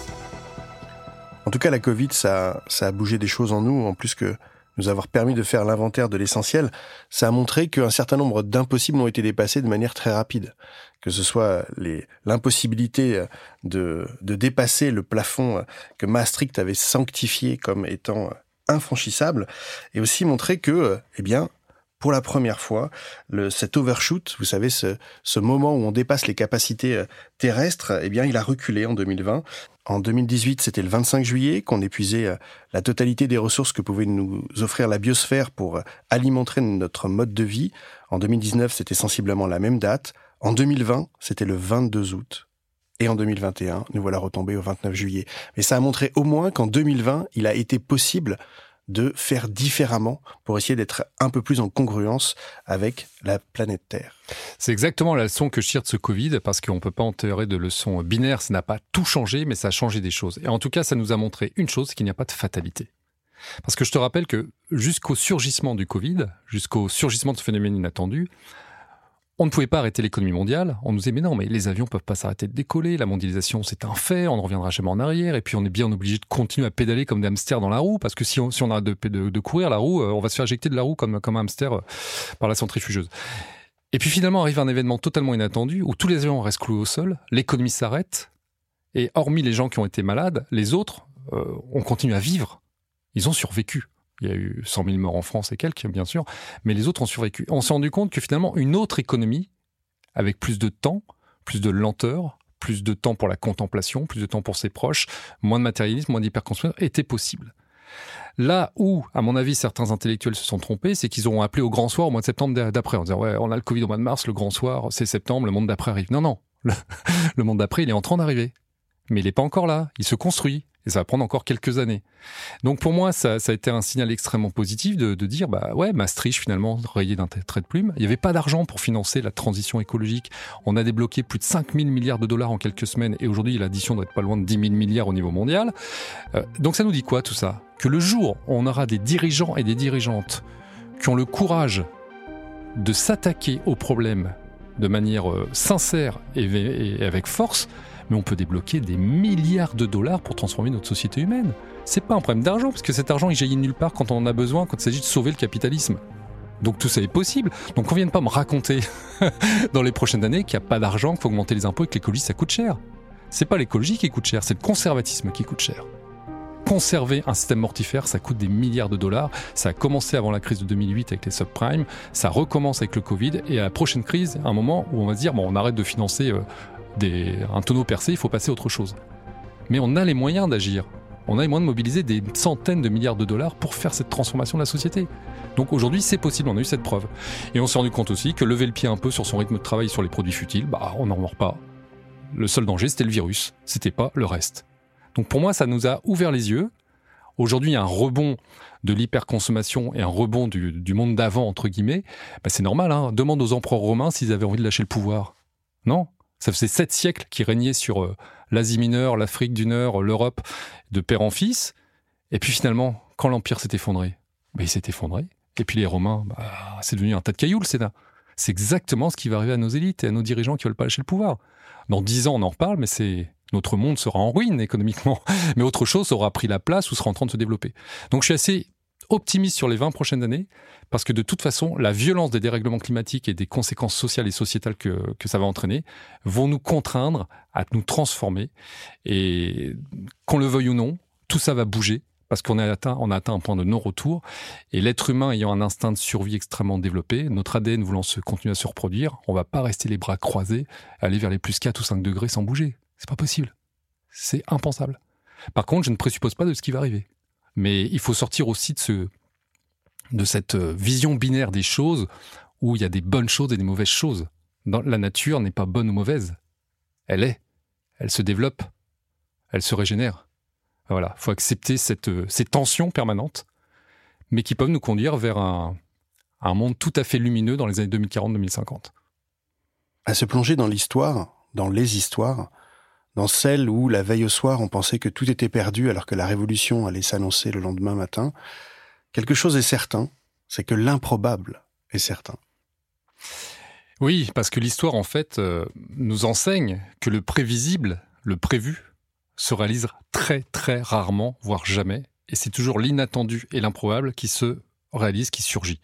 En tout cas, la Covid, ça, ça a bougé des choses en nous, en plus que nous avoir permis de faire l'inventaire de l'essentiel. Ça a montré qu'un certain nombre d'impossibles ont été dépassés de manière très rapide. Que ce soit les, l'impossibilité de, de dépasser le plafond que Maastricht avait sanctifié comme étant infranchissable, et aussi montrer que, eh bien, pour la première fois, le, cet overshoot, vous savez, ce, ce moment où on dépasse les capacités terrestres, eh bien, il a reculé en deux mille vingt. En deux mille dix-huit, c'était le vingt-cinq juillet qu'on épuisait la totalité des ressources que pouvait nous offrir la biosphère pour alimenter notre mode de vie. En deux mille dix-neuf, c'était sensiblement la même date. En deux mille vingt, c'était le vingt-deux août. Et en deux mille vingt et un, nous voilà retombés au vingt-neuf juillet. Mais ça a montré au moins qu'en deux mille vingt, il a été possible de faire différemment pour essayer d'être un peu plus en congruence avec la planète Terre. C'est exactement la leçon que je tire de ce Covid, parce qu'on ne peut pas en tirer de leçons binaires, ça n'a pas tout changé, mais ça a changé des choses. Et en tout cas, ça nous a montré une chose, c'est qu'il n'y a pas de fatalité. Parce que je te rappelle que jusqu'au surgissement du Covid, jusqu'au surgissement de ce phénomène inattendu, on ne pouvait pas arrêter l'économie mondiale. On nous disait, mais non, mais les avions peuvent pas s'arrêter de décoller. La mondialisation, c'est un fait. On ne reviendra jamais en arrière. Et puis, on est bien obligé de continuer à pédaler comme des hamsters dans la roue. Parce que si on, si on arrête de, de, de courir la roue, on va se faire éjecter de la roue comme, comme un hamster par la centrifugeuse. Et puis, finalement, arrive un événement totalement inattendu où tous les avions restent cloués au sol. L'économie s'arrête. Et hormis les gens qui ont été malades, les autres, euh, on continue à vivre. Ils ont survécu. Il y a eu cent mille morts en France et quelques, bien sûr, mais les autres ont survécu. On s'est rendu compte que finalement, une autre économie, avec plus de temps, plus de lenteur, plus de temps pour la contemplation, plus de temps pour ses proches, moins de matérialisme, moins d'hyperconsommation, était possible. Là où, à mon avis, certains intellectuels se sont trompés, c'est qu'ils auront appelé au grand soir au mois de septembre d'après, en disant « Ouais, on a le Covid au mois de mars, le grand soir, c'est septembre, le monde d'après arrive. » Non, non, le, le monde d'après, il est en train d'arriver. Mais il n'est pas encore là, il se construit. Et ça va prendre encore quelques années. Donc pour moi, ça, ça a été un signal extrêmement positif de, de dire, bah ouais, Maastricht finalement, rayé d'un trait de plume. Il n'y avait pas d'argent pour financer la transition écologique. On a débloqué plus de cinq mille milliards de dollars en quelques semaines. Et aujourd'hui, l'addition doit être pas loin de dix mille milliards au niveau mondial. Euh, donc ça nous dit quoi tout ça ? Que le jour où on aura des dirigeants et des dirigeantes qui ont le courage de s'attaquer aux problèmes de manière euh, sincère et, et avec force, mais on peut débloquer des milliards de dollars pour transformer notre société humaine. C'est pas un problème d'argent, parce que cet argent, il jaillit de nulle part quand on en a besoin, quand il s'agit de sauver le capitalisme. Donc tout ça est possible. Donc on ne vienne pas me raconter dans les prochaines années qu'il n'y a pas d'argent, qu'il faut augmenter les impôts et que l'écologie, ça coûte cher. C'est pas l'écologie qui coûte cher, c'est le conservatisme qui coûte cher. Conserver un système mortifère, ça coûte des milliards de dollars. Ça a commencé avant la crise de deux mille huit avec les subprimes, ça recommence avec le Covid, et à la prochaine crise, un moment où on va se dire, bon, on arrête de financer... Euh, Des, un tonneau percé, il faut passer à autre chose. Mais on a les moyens d'agir. On a les moyens de mobiliser des centaines de milliards de dollars pour faire cette transformation de la société. Donc aujourd'hui, c'est possible, on a eu cette preuve. Et on s'est rendu compte aussi que lever le pied un peu sur son rythme de travail sur les produits futiles, bah, on n'en mord pas. Le seul danger, c'était le virus, c'était pas le reste. Donc pour moi, ça nous a ouvert les yeux. Aujourd'hui, il y a un rebond de l'hyperconsommation et un rebond du, du monde d'avant, entre guillemets. Bah, c'est normal, hein. Demande aux empereurs romains s'ils avaient envie de lâcher le pouvoir. Non. Ça faisait sept siècles qu'ils régnaient sur euh, l'Asie mineure, l'Afrique du Nord, l'Europe, de père en fils. Et puis finalement, quand l'Empire s'est effondré, bah, il s'est effondré. Et puis les Romains, bah, c'est devenu un tas de cailloux, le Sénat. C'est exactement ce qui va arriver à nos élites et à nos dirigeants qui ne veulent pas lâcher le pouvoir. Dans dix ans, on en reparle, mais c'est notre monde sera en ruine économiquement. Mais autre chose aura pris la place ou sera en train de se développer. Donc je suis assez optimiste sur les vingt prochaines années, parce que de toute façon, la violence des dérèglements climatiques et des conséquences sociales et sociétales que, que ça va entraîner vont nous contraindre à nous transformer. Et qu'on le veuille ou non, tout ça va bouger, parce qu'on a atteint, on a atteint un point de non-retour. Et l'être humain ayant un instinct de survie extrêmement développé, notre A D N voulant se continuer à se reproduire, on va pas rester les bras croisés, aller vers les plus quatre ou cinq degrés sans bouger. C'est pas possible. C'est impensable. Par contre, je ne présuppose pas de ce qui va arriver. Mais il faut sortir aussi de, ce, de cette vision binaire des choses où il y a des bonnes choses et des mauvaises choses. Dans, la nature n'est pas bonne ou mauvaise. Elle est. Elle se développe. Elle se régénère. Voilà. Il faut accepter cette, ces tensions permanentes, mais qui peuvent nous conduire vers un, un monde tout à fait lumineux dans les années deux mille quarante deux mille cinquante. À se plonger dans l'histoire dans les histoires, dans celles où, la veille au soir, on pensait que tout était perdu alors que la révolution allait s'annoncer le lendemain matin, quelque chose est certain, c'est que l'improbable est certain. Oui, parce que l'histoire, en fait, euh, nous enseigne que le prévisible, le prévu, se réalise très très rarement, voire jamais. Et c'est toujours l'inattendu et l'improbable qui se réalise, qui surgit.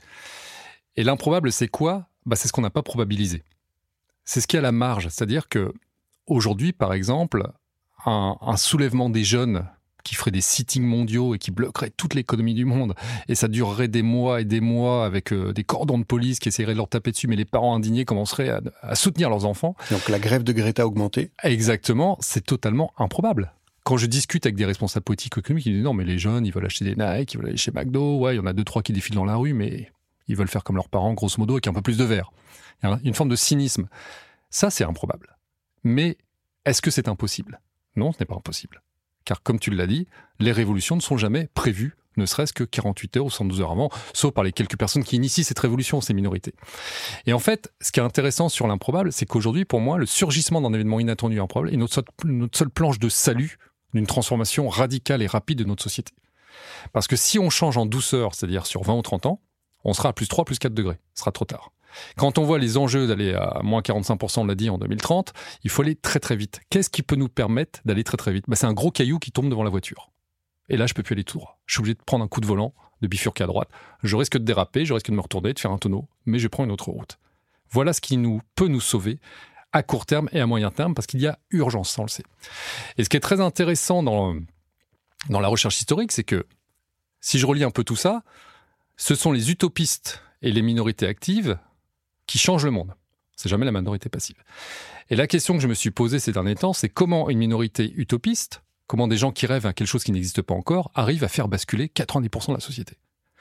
Et l'improbable, c'est quoi ? Bah, c'est ce qu'on n'a pas probabilisé. C'est ce qui est à la marge. C'est-à-dire que aujourd'hui, par exemple, un, un soulèvement des jeunes qui ferait des sittings mondiaux et qui bloquerait toute l'économie du monde, et ça durerait des mois et des mois avec euh, des cordons de police qui essaieraient de leur taper dessus, mais les parents indignés commenceraient à, à soutenir leurs enfants. Donc la grève de Greta augmentée. Exactement, c'est totalement improbable. Quand je discute avec des responsables politiques économiques, ils me disent non mais les jeunes, ils veulent acheter des Nike, ils veulent aller chez McDo, ouais, il y en a deux, trois qui défilent dans la rue, mais ils veulent faire comme leurs parents, grosso modo, avec un peu plus de verre. Il y a une forme de cynisme. Ça, c'est improbable. Mais est-ce que c'est impossible ? Non, ce n'est pas impossible. Car comme tu l'as dit, les révolutions ne sont jamais prévues, ne serait-ce que quarante-huit heures ou soixante-douze heures avant, sauf par les quelques personnes qui initient cette révolution, ces minorités. Et en fait, ce qui est intéressant sur l'improbable, c'est qu'aujourd'hui, pour moi, le surgissement d'un événement inattendu et improbable est notre seule, notre seule planche de salut d'une transformation radicale et rapide de notre société. Parce que si on change en douceur, c'est-à-dire sur vingt ou trente ans, on sera à plus trois, plus quatre degrés. Ce sera trop tard. Quand on voit les enjeux d'aller à moins quarante-cinq pour cent, on l'a dit, en deux mille trente, il faut aller très très vite. Qu'est-ce qui peut nous permettre d'aller très très vite ? Bah, c'est un gros caillou qui tombe devant la voiture. Et là, je peux plus aller tout droit. Je suis obligé de prendre un coup de volant, de bifurquer à droite. Je risque de déraper, je risque de me retourner, de faire un tonneau, mais je prends une autre route. Voilà ce qui nous peut nous sauver à court terme et à moyen terme, parce qu'il y a urgence, ça on le sait. Et ce qui est très intéressant dans, dans la recherche historique, c'est que si je relis un peu tout ça, ce sont les utopistes et les minorités actives qui changent le monde. C'est jamais la minorité passive. Et la question que je me suis posée ces derniers temps, c'est comment une minorité utopiste, comment des gens qui rêvent à quelque chose qui n'existe pas encore, arrivent à faire basculer quatre-vingt-dix pour cent de la société.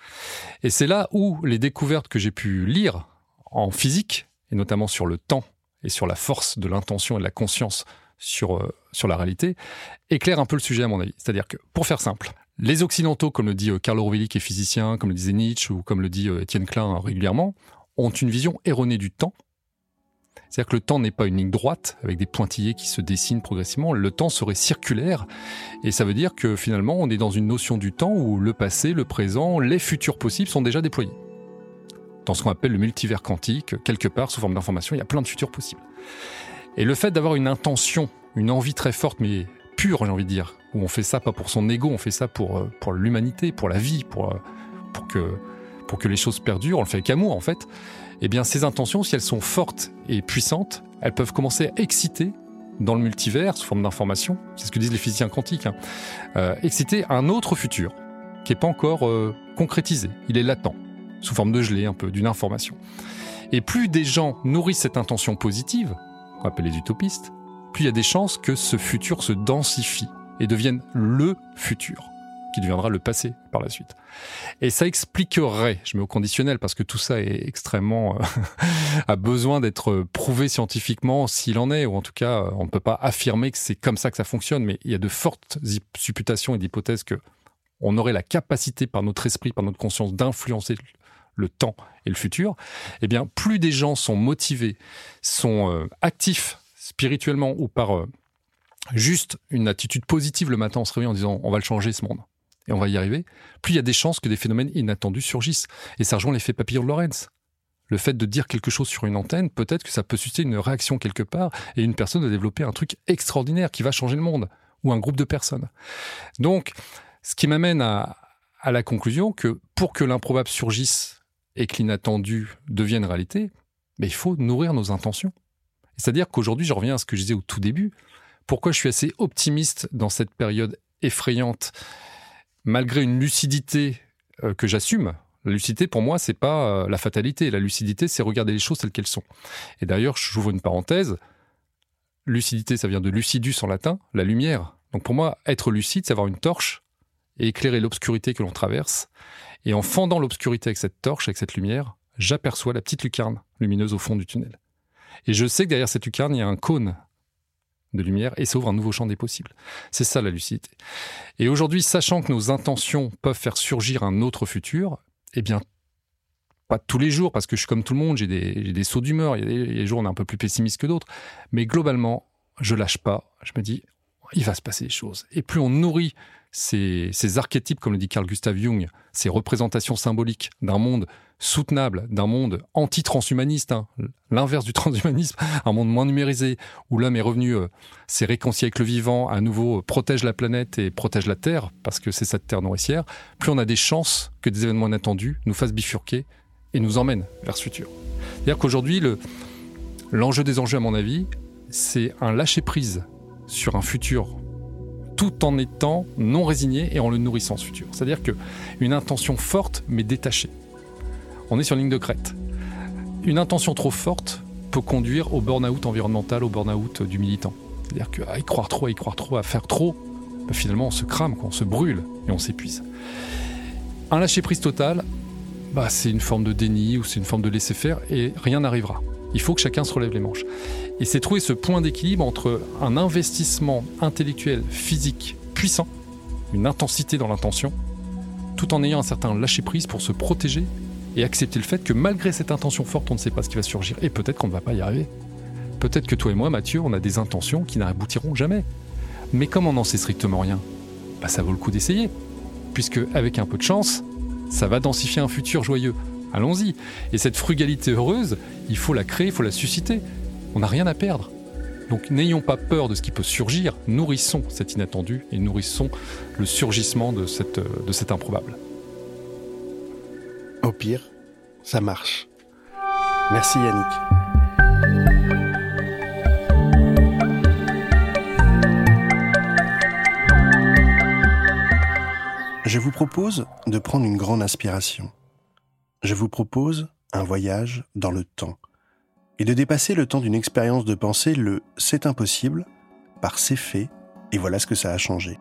Et c'est là où les découvertes que j'ai pu lire en physique, et notamment sur le temps et sur la force de l'intention et de la conscience sur, euh, sur la réalité, éclairent un peu le sujet à mon avis. C'est-à-dire que, pour faire simple, les Occidentaux, comme le dit euh, Karl Rovelli qui est physicien, comme le disait Nietzsche ou comme le dit euh, Étienne Klein euh, régulièrement, ont une vision erronée du temps. C'est-à-dire que le temps n'est pas une ligne droite avec des pointillés qui se dessinent progressivement. Le temps serait circulaire et ça veut dire que finalement on est dans une notion du temps où le passé, le présent, les futurs possibles sont déjà déployés. Dans ce qu'on appelle le multivers quantique, quelque part sous forme d'information, il y a plein de futurs possibles. Et le fait d'avoir une intention, une envie très forte mais pure, j'ai envie de dire, où on fait ça pas pour son ego, on fait ça pour, pour l'humanité, pour la vie, pour, pour que... pour que les choses perdurent, on le fait avec amour en fait, eh bien ces intentions, si elles sont fortes et puissantes, elles peuvent commencer à exciter dans le multivers, sous forme d'information, c'est ce que disent les physiciens quantiques, hein, euh, exciter un autre futur, qui n'est pas encore euh, concrétisé, il est latent, sous forme de gelée un peu, d'une information. Et plus des gens nourrissent cette intention positive, qu'on appelle les utopistes, plus il y a des chances que ce futur se densifie et devienne le futur, qui deviendra le passé par la suite. Et ça expliquerait, je mets au conditionnel parce que tout ça est extrêmement euh, a besoin d'être prouvé scientifiquement s'il en est, ou en tout cas on ne peut pas affirmer que c'est comme ça que ça fonctionne, mais il y a de fortes supputations et d'hypothèses que on aurait la capacité par notre esprit, par notre conscience d'influencer le temps et le futur. Eh bien, plus des gens sont motivés, sont euh, actifs spirituellement ou par euh, juste une attitude positive le matin en se réveillant en disant on va le changer ce monde et on va y arriver, plus il y a des chances que des phénomènes inattendus surgissent. Et ça rejoint l'effet papillon de Lorentz. Le fait de dire quelque chose sur une antenne, peut-être que ça peut susciter une réaction quelque part et une personne va développer un truc extraordinaire qui va changer le monde, ou un groupe de personnes. Donc, ce qui m'amène à, à la conclusion que pour que l'improbable surgisse et que l'inattendu devienne réalité, mais il faut nourrir nos intentions. C'est-à-dire qu'aujourd'hui, je reviens à ce que je disais au tout début, pourquoi je suis assez optimiste dans cette période effrayante, malgré une lucidité euh, que j'assume. La lucidité, pour moi, c'est pas euh, la fatalité. La lucidité, c'est regarder les choses telles qu'elles sont. Et d'ailleurs, j'ouvre une parenthèse. Lucidité, ça vient de lucidus en latin, la lumière. Donc pour moi, être lucide, c'est avoir une torche et éclairer l'obscurité que l'on traverse. Et en fendant l'obscurité avec cette torche, avec cette lumière, j'aperçois la petite lucarne lumineuse au fond du tunnel. Et je sais que derrière cette lucarne, il y a un cône de lumière et ça ouvre un nouveau champ des possibles. C'est ça la lucidité. Et aujourd'hui, sachant que nos intentions peuvent faire surgir un autre futur, eh bien, Pas tous les jours, parce que je suis comme tout le monde, j'ai des, j'ai des sauts d'humeur, il y a des, il y a des jours où on est un peu plus pessimiste que d'autres. Mais globalement, je lâche pas. Je me dis, il va se passer des choses. Et plus on nourrit ces, ces archétypes, comme le dit Carl Gustav Jung, ces représentations symboliques d'un monde soutenable, d'un monde anti-transhumaniste, hein, l'inverse du transhumanisme, un monde moins numérisé, où l'homme est revenu, euh, s'est réconcilié avec le vivant, à nouveau euh, protège la planète et protège la Terre, parce que c'est cette terre nourricière, plus on a des chances que des événements inattendus nous fassent bifurquer et nous emmènent vers ce futur. C'est-à-dire qu'aujourd'hui, le, l'enjeu des enjeux, à mon avis, c'est un lâcher-prise sur un futur tout en étant non résigné et en le nourrissant, ce futur. C'est-à-dire qu'une intention forte mais détachée. On est sur une ligne de crête. Une intention trop forte peut conduire au burn-out environnemental, au burn-out du militant. C'est-à-dire qu'à y croire trop, à y croire trop, à faire trop, ben finalement on se crame, on se brûle et on s'épuise. Un lâcher-prise total, bah, c'est une forme de déni ou c'est une forme de laisser-faire et rien n'arrivera. Il faut que chacun se relève les manches. Et c'est trouver ce point d'équilibre entre un investissement intellectuel, physique, puissant, une intensité dans l'intention, tout en ayant un certain lâcher-prise pour se protéger et accepter le fait que malgré cette intention forte, on ne sait pas ce qui va surgir. Et peut-être qu'on ne va pas y arriver. Peut-être que toi et moi, Mathieu, on a des intentions qui n'aboutiront jamais. Mais comme on n'en sait strictement rien, bah ça vaut le coup d'essayer. Puisque avec un peu de chance, ça va densifier un futur joyeux. Allons-y. Et cette frugalité heureuse, il faut la créer, il faut la susciter. On n'a rien à perdre. Donc n'ayons pas peur de ce qui peut surgir, nourrissons cet inattendu et nourrissons le surgissement de, cette, de cet improbable. Au pire, ça marche. Merci Yannick. Je vous propose de prendre une grande inspiration. Je vous propose un voyage dans le temps et de dépasser le temps d'une expérience de pensée, le « c'est impossible » par « c'est fait » et voilà ce que ça a changé.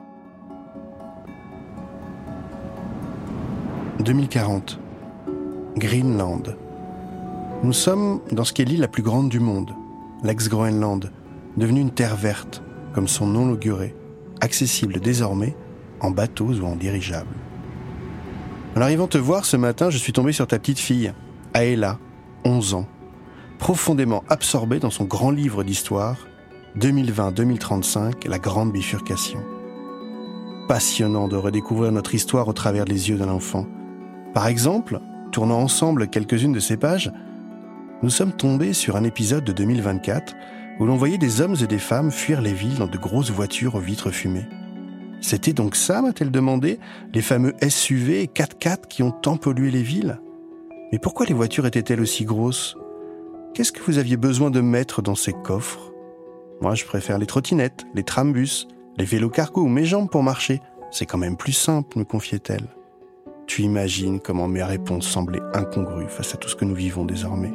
deux mille quarante. Greenland. Nous sommes dans ce qu'est l'île la plus grande du monde, l'ex-Groenland, devenue une terre verte, comme son nom l'augurait, accessible désormais en bateaux ou en dirigeables. En arrivant te voir ce matin, je suis tombé sur ta petite fille, Aela, onze ans, profondément absorbée dans son grand livre d'histoire, deux mille vingt deux mille trente-cinq, la grande bifurcation. Passionnant de redécouvrir notre histoire au travers des yeux d'un enfant. Par exemple, tournant ensemble quelques-unes de ces pages, nous sommes tombés sur un épisode de deux mille vingt-quatre où l'on voyait des hommes et des femmes fuir les villes dans de grosses voitures aux vitres fumées. C'était donc ça, m'a-t-elle demandé, les fameux S U V et quatre-quatre qui ont tant pollué les villes ? Mais pourquoi les voitures étaient-elles aussi grosses ? Qu'est-ce que vous aviez besoin de mettre dans ces coffres ? Moi, je préfère les trottinettes, les trambus, les vélos cargo ou mes jambes pour marcher. C'est quand même plus simple, me confiait-elle. Tu imagines comment mes réponses semblaient incongrues face à tout ce que nous vivons désormais.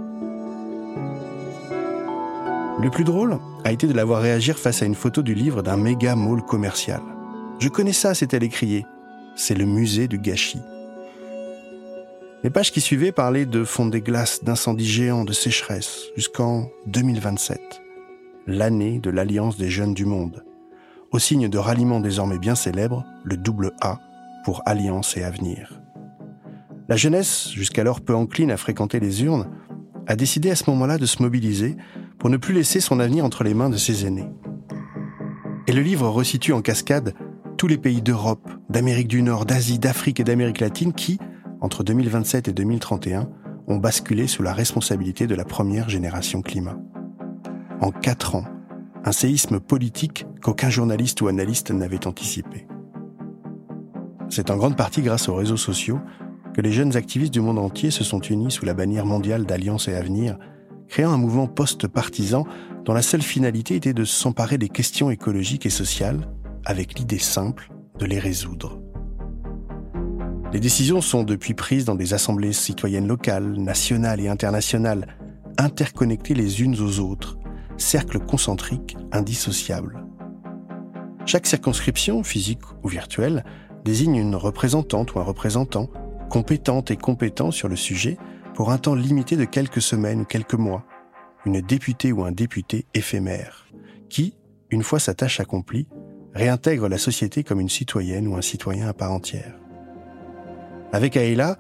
Le plus drôle a été de la voir réagir face à une photo du livre d'un méga mall commercial. Je connais ça, s'est-elle écriée. C'est le musée du gâchis. Les pages qui suivaient parlaient de fonte des glaces, d'incendies géants, de sécheresse, jusqu'en deux mille vingt-sept, l'année de l'Alliance des Jeunes du Monde, au signe de ralliement désormais bien célèbre, le double A pour Alliance et Avenir. La jeunesse, jusqu'alors peu encline à fréquenter les urnes, a décidé à ce moment-là de se mobiliser pour ne plus laisser son avenir entre les mains de ses aînés. Et le livre resitue en cascade tous les pays d'Europe, d'Amérique du Nord, d'Asie, d'Afrique et d'Amérique latine qui, entre deux mille vingt-sept et deux mille trente et un, ont basculé sous la responsabilité de la première génération climat. En quatre ans, un séisme politique qu'aucun journaliste ou analyste n'avait anticipé. C'est en grande partie grâce aux réseaux sociaux que les jeunes activistes du monde entier se sont unis sous la bannière mondiale d'Alliance et Avenir, créant un mouvement post-partisan dont la seule finalité était de s'emparer des questions écologiques et sociales avec l'idée simple de les résoudre. Les décisions sont depuis prises dans des assemblées citoyennes locales, nationales et internationales, interconnectées les unes aux autres, cercles concentriques indissociables. Chaque circonscription, physique ou virtuelle, désigne une représentante ou un représentant, compétente et compétent sur le sujet, pour un temps limité de quelques semaines ou quelques mois, une députée ou un député éphémère, qui, une fois sa tâche accomplie, réintègre la société comme une citoyenne ou un citoyen à part entière. Avec Aela,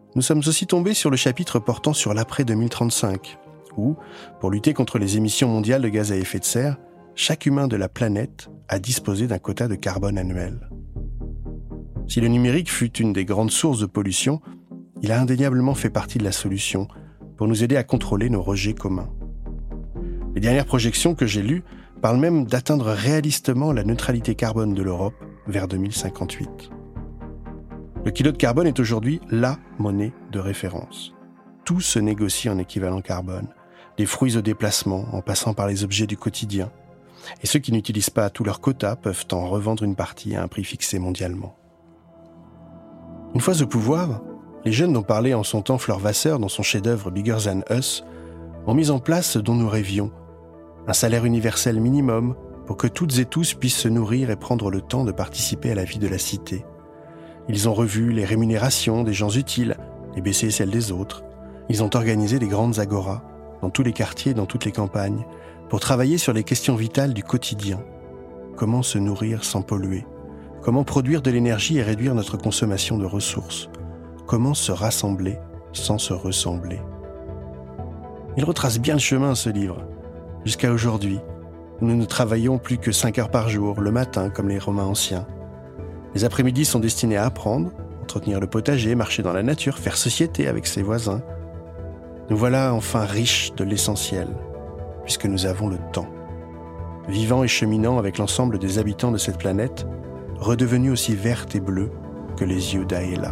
nous sommes aussi tombés sur le chapitre portant sur l'après deux mille trente-cinq, où, pour lutter contre les émissions mondiales de gaz à effet de serre, chaque humain de la planète a disposé d'un quota de carbone annuel. Si le numérique fut une des grandes sources de pollution, il a indéniablement fait partie de la solution pour nous aider à contrôler nos rejets communs. Les dernières projections que j'ai lues parlent même d'atteindre réalistement la neutralité carbone de l'Europe vers deux mille cinquante-huit. Le kilo de carbone est aujourd'hui la monnaie de référence. Tout se négocie en équivalent carbone, des fruits au déplacement en passant par les objets du quotidien. Et ceux qui n'utilisent pas tous leurs quotas peuvent en revendre une partie à un prix fixé mondialement. Une fois au pouvoir, les jeunes dont parlait en son temps Fleur Vasseur dans son chef-d'œuvre Bigger Than Us ont mis en place ce dont nous rêvions, un salaire universel minimum pour que toutes et tous puissent se nourrir et prendre le temps de participer à la vie de la cité. Ils ont revu les rémunérations des gens utiles et baissé celles des autres. Ils ont organisé des grandes agoras dans tous les quartiers et dans toutes les campagnes pour travailler sur les questions vitales du quotidien. Comment se nourrir sans polluer ? Comment produire de l'énergie et réduire notre consommation de ressources ? Comment se rassembler sans se ressembler ? Il retrace bien le chemin, ce livre, jusqu'à aujourd'hui, où nous ne travaillons plus que cinq heures par jour, le matin, comme les Romains anciens. Les après-midi sont destinés à apprendre, entretenir le potager, marcher dans la nature, faire société avec ses voisins. Nous voilà enfin riches de l'essentiel, puisque nous avons le temps. Vivant et cheminant avec l'ensemble des habitants de cette planète, redevenue aussi verte et bleue que les yeux d'Aéla.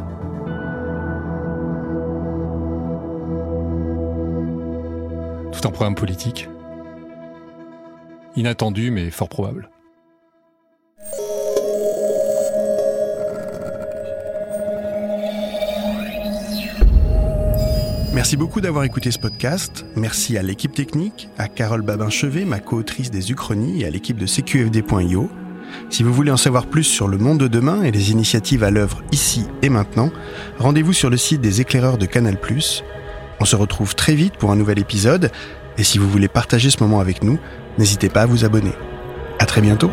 Tout un programme politique. Inattendu, mais fort probable. Merci beaucoup d'avoir écouté ce podcast. Merci à l'équipe technique, à Carole Babin-Chevet, ma co-autrice des Uchronies, et à l'équipe de C Q F D point I O. Si vous voulez en savoir plus sur le monde de demain et les initiatives à l'œuvre ici et maintenant, rendez-vous sur le site des éclaireurs de Canal plus. On se retrouve très vite pour un nouvel épisode, et si vous voulez partager ce moment avec nous, n'hésitez pas à vous abonner. À très bientôt.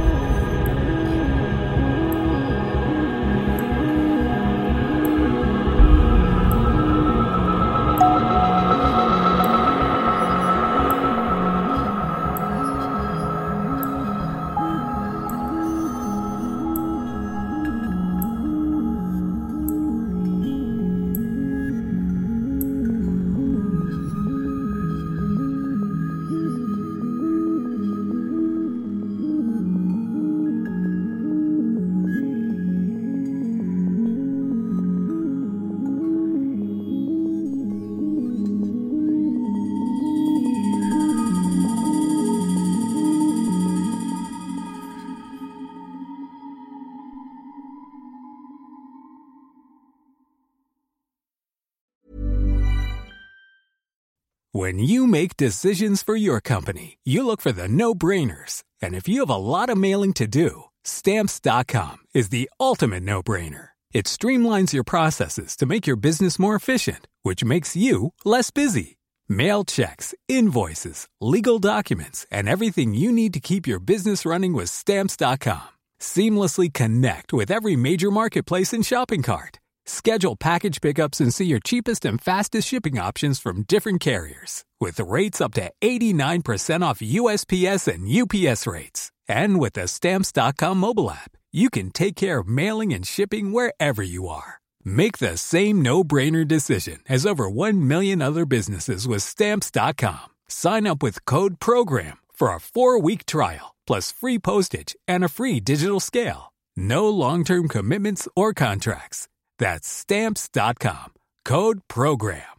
When you make decisions for your company, you look for the no-brainers. And if you have a lot of mailing to do, Stamps dot com is the ultimate no-brainer. It streamlines your processes to make your business more efficient, which makes you less busy. Mail checks, invoices, legal documents, and everything you need to keep your business running with Stamps dot com. Seamlessly connect with every major marketplace and shopping cart. Schedule package pickups and see your cheapest and fastest shipping options from different carriers. With rates up to eighty-nine percent off U S P S and U P S rates. And with the Stamps dot com mobile app, you can take care of mailing and shipping wherever you are. Make the same no-brainer decision as over one million other businesses with Stamps dot com. Sign up with code PROGRAM for a four-week trial, plus free postage and a free digital scale. No long-term commitments or contracts. That's Stamps dot com. Code PROGRAM.